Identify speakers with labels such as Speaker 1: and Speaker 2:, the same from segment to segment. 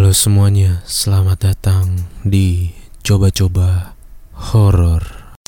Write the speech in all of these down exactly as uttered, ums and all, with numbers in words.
Speaker 1: Halo semuanya, selamat datang di Coba-Coba Horor.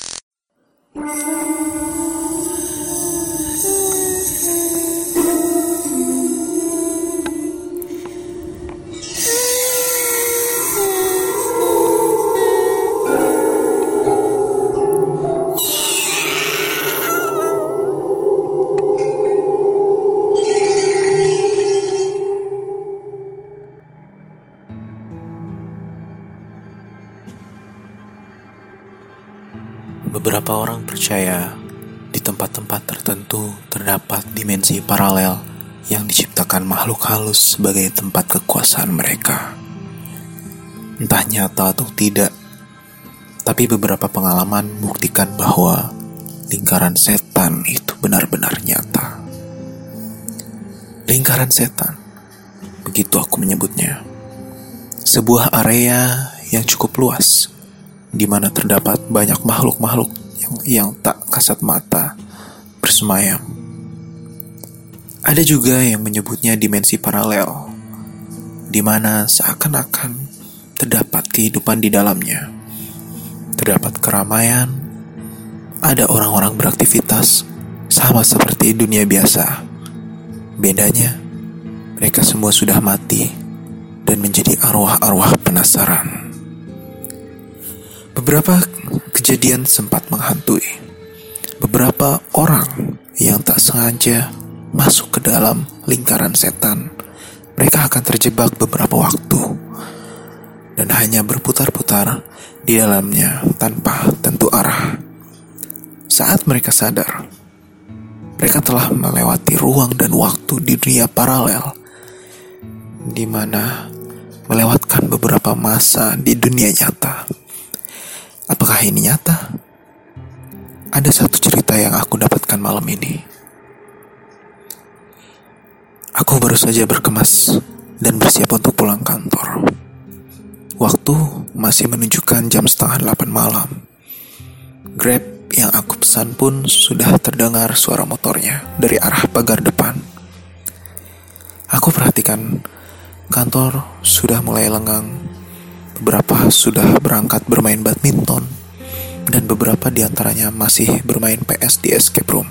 Speaker 2: Beberapa orang percaya di tempat-tempat tertentu terdapat dimensi paralel yang diciptakan makhluk halus sebagai tempat kekuasaan mereka. Entah nyata atau tidak, tapi beberapa pengalaman membuktikan bahwa lingkaran setan itu benar-benar nyata. Lingkaran setan, begitu aku menyebutnya. Sebuah area yang cukup luas, di mana terdapat banyak makhluk-makhluk yang, yang tak kasat mata bersemayam. Ada juga yang menyebutnya dimensi paralel, di mana seakan-akan terdapat kehidupan di dalamnya. Terdapat keramaian, ada orang-orang beraktivitas, sama seperti dunia biasa. Bedanya, mereka semua sudah mati dan menjadi arwah-arwah penasaran. Beberapa kejadian sempat menghantui. Beberapa orang yang tak sengaja masuk ke dalam lingkaran setan, mereka akan terjebak beberapa waktu dan hanya berputar-putar di dalamnya tanpa tentu arah. Saat mereka sadar, mereka telah melewati ruang dan waktu di dunia paralel, di mana melewatkan beberapa masa di dunia nyata. Apakah ini nyata? Ada satu cerita yang aku dapatkan malam ini. Aku baru saja berkemas dan bersiap untuk pulang kantor. Waktu masih menunjukkan jam setengah delapan malam. Grab yang aku pesan pun sudah terdengar suara motornya dari arah pagar depan. Aku perhatikan kantor sudah mulai lengang. Beberapa sudah berangkat bermain badminton, dan beberapa diantaranya masih bermain P S di escape room.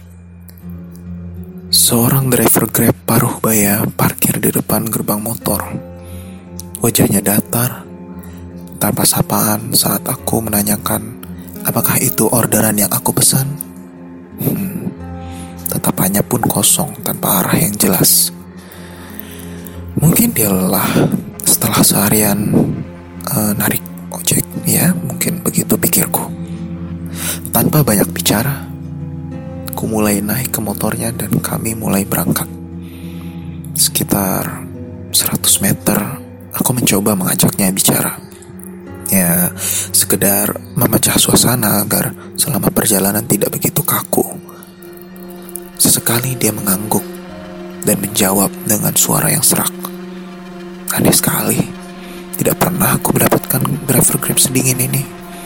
Speaker 2: Seorang driver Grab paruh baya parkir di depan gerbang motor. Wajahnya datar, tanpa sapaan saat aku menanyakan apakah itu orderan yang aku pesan. Hmm, tatapannya pun kosong tanpa arah yang jelas. Mungkin dia lelah setelah seharian Uh, narik ojek, ya mungkin begitu pikirku. Tanpa banyak bicara, ku mulai naik ke motornya dan kami mulai berangkat. Sekitar seratus meter, aku mencoba mengajaknya bicara. Ya, sekedar memecah suasana agar selama perjalanan tidak begitu kaku. Sesekali dia mengangguk dan menjawab dengan suara yang serak. Aneh sekali. Tidak pernah aku mendapatkan driver Grab sedingin ini.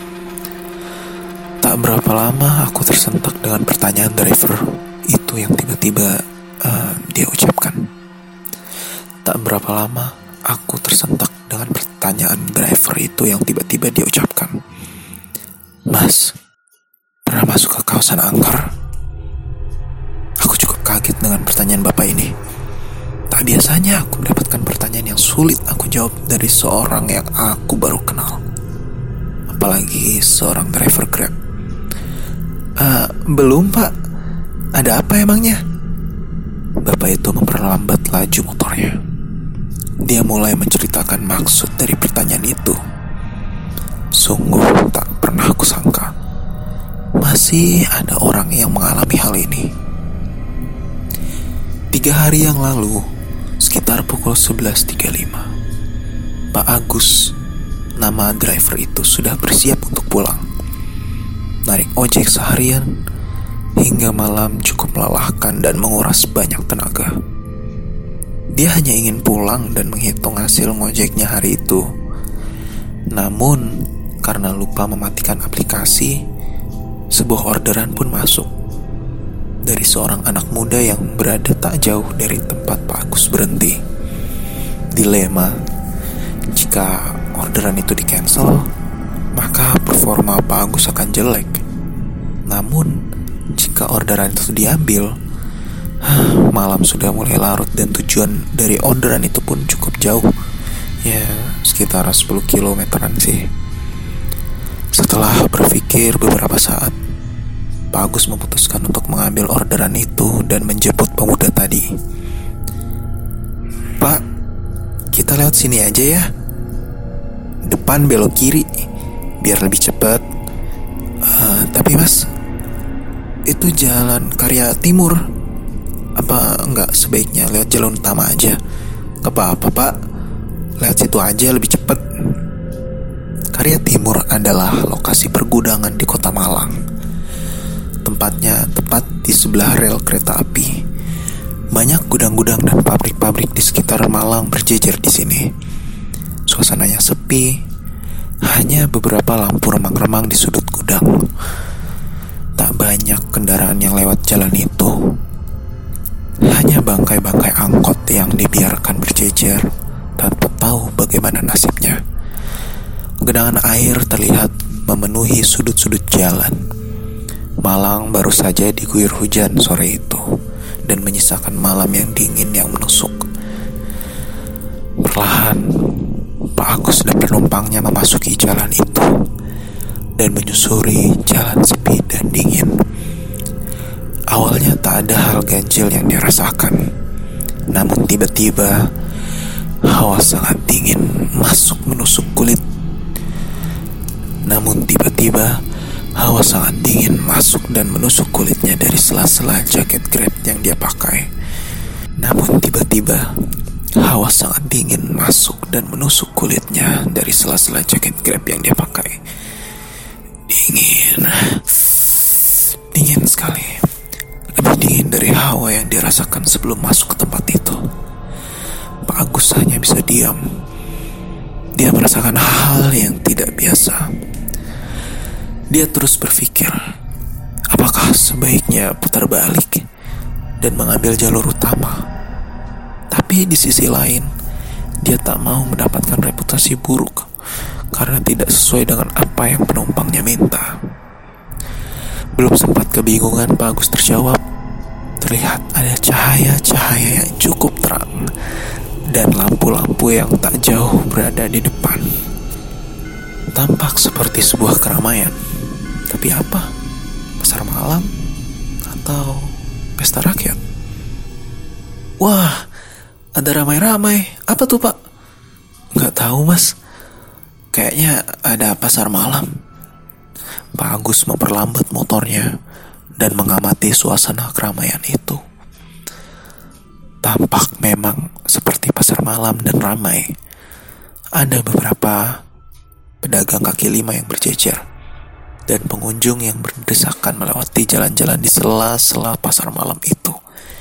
Speaker 2: Tak berapa lama aku tersentak dengan pertanyaan driver itu yang tiba-tiba uh, dia ucapkan. Tak berapa lama aku tersentak dengan pertanyaan driver itu yang tiba-tiba dia ucapkan. Mas, pernah masuk ke kawasan angker? Aku cukup kaget dengan pertanyaan bapak ini. Tak biasanya aku mendapatkan pertanyaan yang sulit aku jawab dari seorang yang aku baru kenal, apalagi seorang driver Grab. Uh, belum pak, ada apa emangnya? Bapak itu memperlambat laju motornya. Dia mulai menceritakan maksud dari pertanyaan itu. Sungguh tak pernah aku sangka masih ada orang yang mengalami hal ini. Tiga hari yang lalu, sekitar pukul sebelas tiga puluh lima, Pak Agus, nama driver itu, sudah bersiap untuk pulang. Narik ojek seharian hingga malam cukup melelahkan dan menguras banyak tenaga. Dia hanya ingin pulang dan menghitung hasil ngojeknya hari itu. Namun, karena lupa mematikan aplikasi, sebuah orderan pun masuk dari seorang anak muda yang berada tak jauh dari tempat Pak Agus berhenti. Dilema, Jika orderan itu di cancel, maka performa Pak Agus akan jelek. Namun jika orderan itu diambil, malam sudah mulai larut dan tujuan dari orderan itu pun cukup jauh. Ya, sekitar sepuluh kilometeran sih. Setelah berpikir beberapa saat, Pak Agus memutuskan untuk mengambil orderan itu dan menjemput pemuda tadi. "Pak, kita lewat sini aja ya. Depan belok kiri, biar lebih cepat." Uh, tapi mas, itu jalan Karya Timur. Apa enggak sebaiknya lewat jalan utama aja? Gak apa-apa pak, lewat situ aja lebih cepat. Karya Timur adalah lokasi pergudangan di kota Malang. Tempatnya tepat di sebelah rel kereta api. Banyak gudang-gudang dan pabrik-pabrik di sekitar Malang berjejer di sini. Suasananya sepi, hanya beberapa lampu remang-remang di sudut gudang. Tak banyak kendaraan yang lewat jalan itu. Hanya bangkai-bangkai angkot yang dibiarkan berjejer tanpa tahu bagaimana nasibnya. Genangan air terlihat memenuhi sudut-sudut jalan. Malang baru saja diguyur hujan sore itu dan menyisakan malam yang dingin yang menusuk. Perlahan, Pak Agus dan penumpangnya memasuki jalan itu dan menyusuri jalan sepi dan dingin. Awalnya tak ada hal ganjil yang dirasakan, namun tiba-tiba hawa sangat dingin masuk menusuk kulit. Namun tiba-tiba hawa sangat dingin masuk dan menusuk kulitnya dari sela-sela jaket Grab yang dia pakai. Namun tiba-tiba hawa sangat dingin masuk dan menusuk kulitnya dari sela-sela jaket Grab yang dia pakai. Dingin, dingin sekali. Lebih dingin dari hawa yang dirasakan sebelum masuk ke tempat itu. Pak Agus hanya bisa diam. Dia merasakan hal yang tidak biasa. Dia terus berpikir, apakah sebaiknya putar balik dan mengambil jalur utama. Tapi di sisi lain, dia tak mau mendapatkan reputasi buruk karena tidak sesuai dengan apa yang penumpangnya minta. Belum sempat kebingungan, Pak Agus terjawab. Terlihat ada cahaya-cahaya yang cukup terang dan lampu-lampu yang tak jauh berada di depan. Tampak seperti sebuah keramaian. Tapi apa? Pasar malam? Atau pesta rakyat? Wah, ada ramai-ramai. Apa tuh pak? Gak tahu mas. Kayaknya ada pasar malam. Pak Agus memperlambat motornya dan mengamati suasana keramaian itu. Tampak memang seperti pasar malam dan ramai. Ada beberapa pedagang kaki lima yang berjejer dan pengunjung yang berdesakan melewati jalan-jalan di sela-sela pasar malam itu.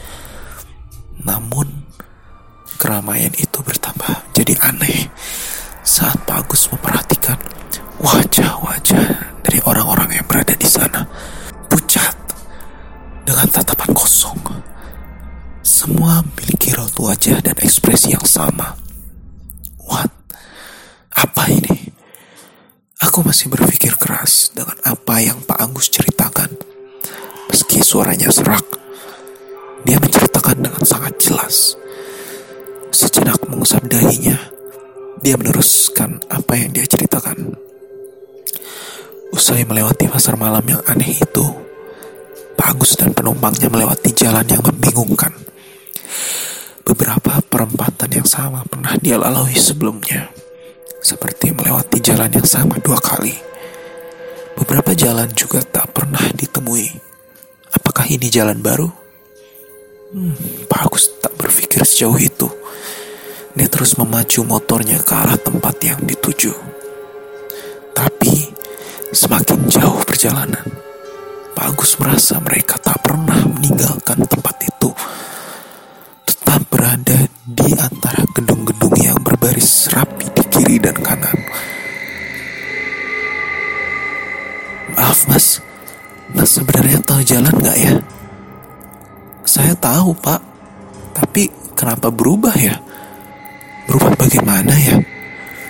Speaker 2: Namun keramaian itu bertambah jadi aneh saat Pak Agus memperhatikan wajah-wajah dari orang-orang yang berada di sana. Pucat dengan tatapan kosong. Semua memiliki raut wajah dan ekspresi yang sama. What? Apa ini? Aku masih berpikir keras dengan apa yang Pak Agus ceritakan. Meski suaranya serak, dia menceritakan dengan sangat jelas. Sejenak mengusap dahinya, dia meneruskan apa yang dia ceritakan. Usai melewati pasar malam yang aneh itu, Pak Agus dan penumpangnya melewati jalan yang membingungkan. Beberapa perempatan yang sama pernah dia lalui sebelumnya, seperti melewati jalan yang sama dua kali. Beberapa jalan juga tak pernah ditemui. Apakah ini jalan baru? Hmm, Pak Agus tak berpikir sejauh itu. Dia terus memacu motornya ke arah tempat yang dituju. Tapi semakin jauh perjalanan, Pak Agus merasa mereka tak pernah meninggalkan tempat itu. Tetap berada di antara gedung-gedung yang berbaris rapi di kiri dan kanan. Maaf mas, mas sebenarnya tahu jalan gak ya? Saya tahu pak, tapi kenapa berubah ya? Berubah bagaimana ya?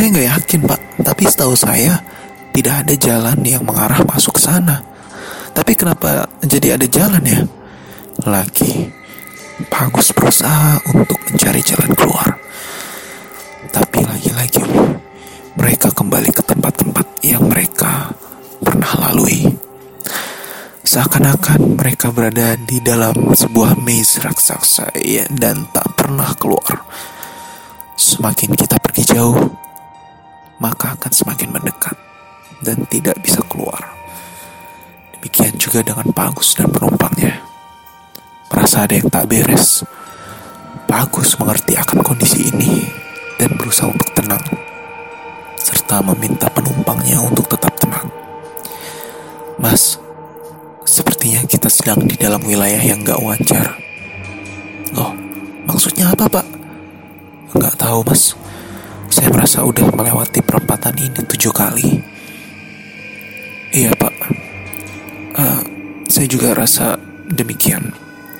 Speaker 2: Saya nggak yakin Pak, tapi setahu saya tidak ada jalan yang mengarah masuk ke sana. Tapi kenapa jadi ada jalan ya? Lagi, Pak Agus berusaha untuk mencari jalan keluar. Tapi lagi-lagi mereka kembali ke tempat-tempat yang mereka pernah lalui. Seakan-akan mereka berada di dalam sebuah maze raksasa ya, dan tak pernah keluar. Semakin kita pergi jauh, maka akan semakin mendekat dan tidak bisa keluar. Demikian juga dengan Pak Agus dan penumpangnya. Merasa ada yang tak beres, Pak Agus mengerti akan kondisi ini dan berusaha untuk tenang, serta meminta penumpangnya untuk tetap tenang. Mas, sepertinya kita sedang di dalam wilayah yang gak wajar. Loh, maksudnya apa Pak? Gak tahu Mas. Saya merasa udah melewati perempatan ini tujuh kali. Iya Pak, uh, saya juga rasa demikian.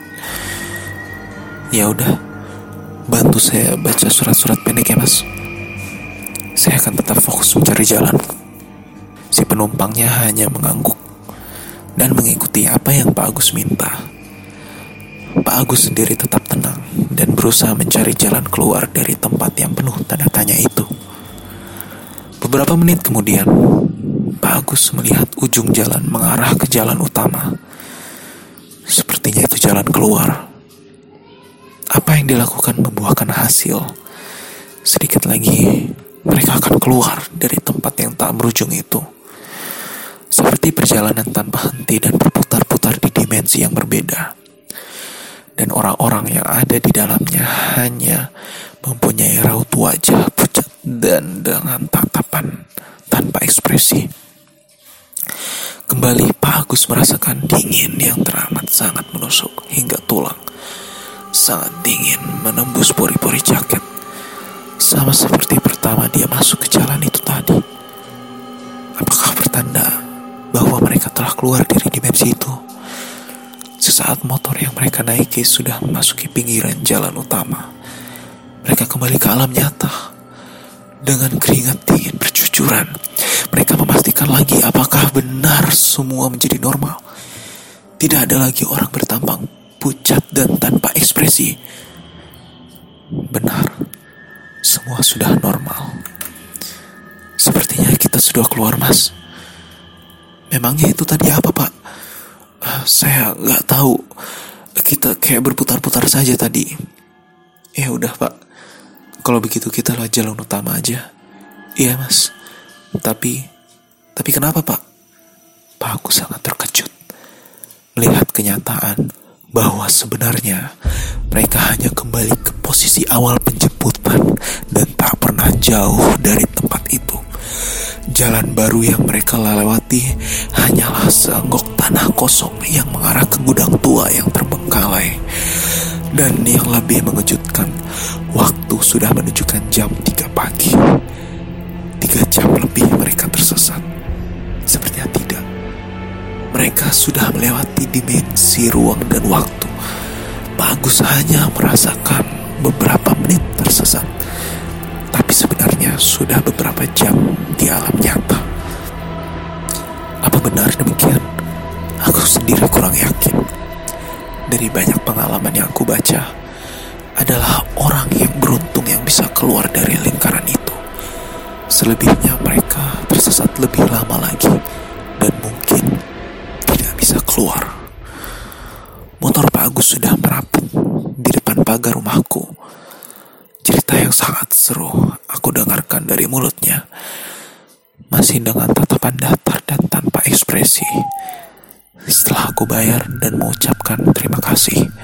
Speaker 2: Ya udah, bantu saya baca surat-surat pendek ya Mas. Saya akan tetap fokus mencari jalan. Si penumpangnya hanya mengangguk dan mengikuti apa yang Pak Agus minta. Pak Agus sendiri tetap tenang dan berusaha mencari jalan keluar dari tempat yang penuh tanda tanya itu. Beberapa menit kemudian, Pak Agus melihat ujung jalan mengarah ke jalan utama. Sepertinya itu jalan keluar. Apa yang dilakukan membuahkan hasil. Sedikit lagi, mereka akan keluar dari tempat yang tak berujung itu. Seperti perjalanan tanpa henti dan berputar-putar di dimensi yang berbeda. Dan orang-orang yang ada di dalamnya hanya mempunyai raut wajah pucat dan dengan tatapan tanpa ekspresi. Kembali Pak Agus merasakan dingin yang teramat sangat menusuk hingga tulang. Sangat dingin menembus pori-pori jaket. Sama seperti pertama dia masuk ke jalan itu tadi. Apakah pertanda bahwa mereka telah keluar dari dimensi itu? Sesaat motor yang mereka naiki sudah memasuki pinggiran jalan utama, mereka kembali ke alam nyata. Dengan keringat dingin bercucuran, mereka memastikan lagi apakah benar semua menjadi normal. Tidak ada lagi orang bertampang pucat dan tanpa ekspresi. Benar, semua sudah normal. Sepertinya kita sudah keluar Mas. Memangnya itu tadi apa Pak? Uh, saya nggak tahu. Kita kayak berputar-putar saja tadi. Ya udah Pak, kalau begitu kita lewat jalan utama aja. Iya Mas. Tapi, tapi kenapa Pak? Pak Agus sangat terkejut melihat kenyataan bahwa sebenarnya mereka hanya kembali ke posisi awal penjemputan dan tak pernah jauh dari tempat itu. Jalan baru yang mereka lewati hanyalah seonggok tanah kosong yang mengarah ke gudang tua yang terbengkalai. Dan yang lebih mengejutkan, waktu sudah menunjukkan jam tiga pagi. Tiga jam lebih mereka tersesat. Sepertinya tidak. Mereka sudah melewati dimensi ruang dan waktu. Pak Agus hanya merasakan beberapa menit tersesat, tapi sebenarnya sudah beberapa jam di alam nyata. Apa benar demikian? Aku sendiri kurang yakin. Dari banyak pengalaman yang aku baca, adalah orang yang beruntung yang bisa keluar dari lingkaran itu. Selebihnya mereka tersesat lebih lama lagi dan mungkin tidak bisa keluar. Motor Pak Agus sudah merapat di depan pagar rumahku. Cerita yang sangat seru aku dengarkan dari mulutnya, masih dengan tatapan datar dan tanpa ekspresi. Setelah aku bayar dan mengucapkan terima kasih,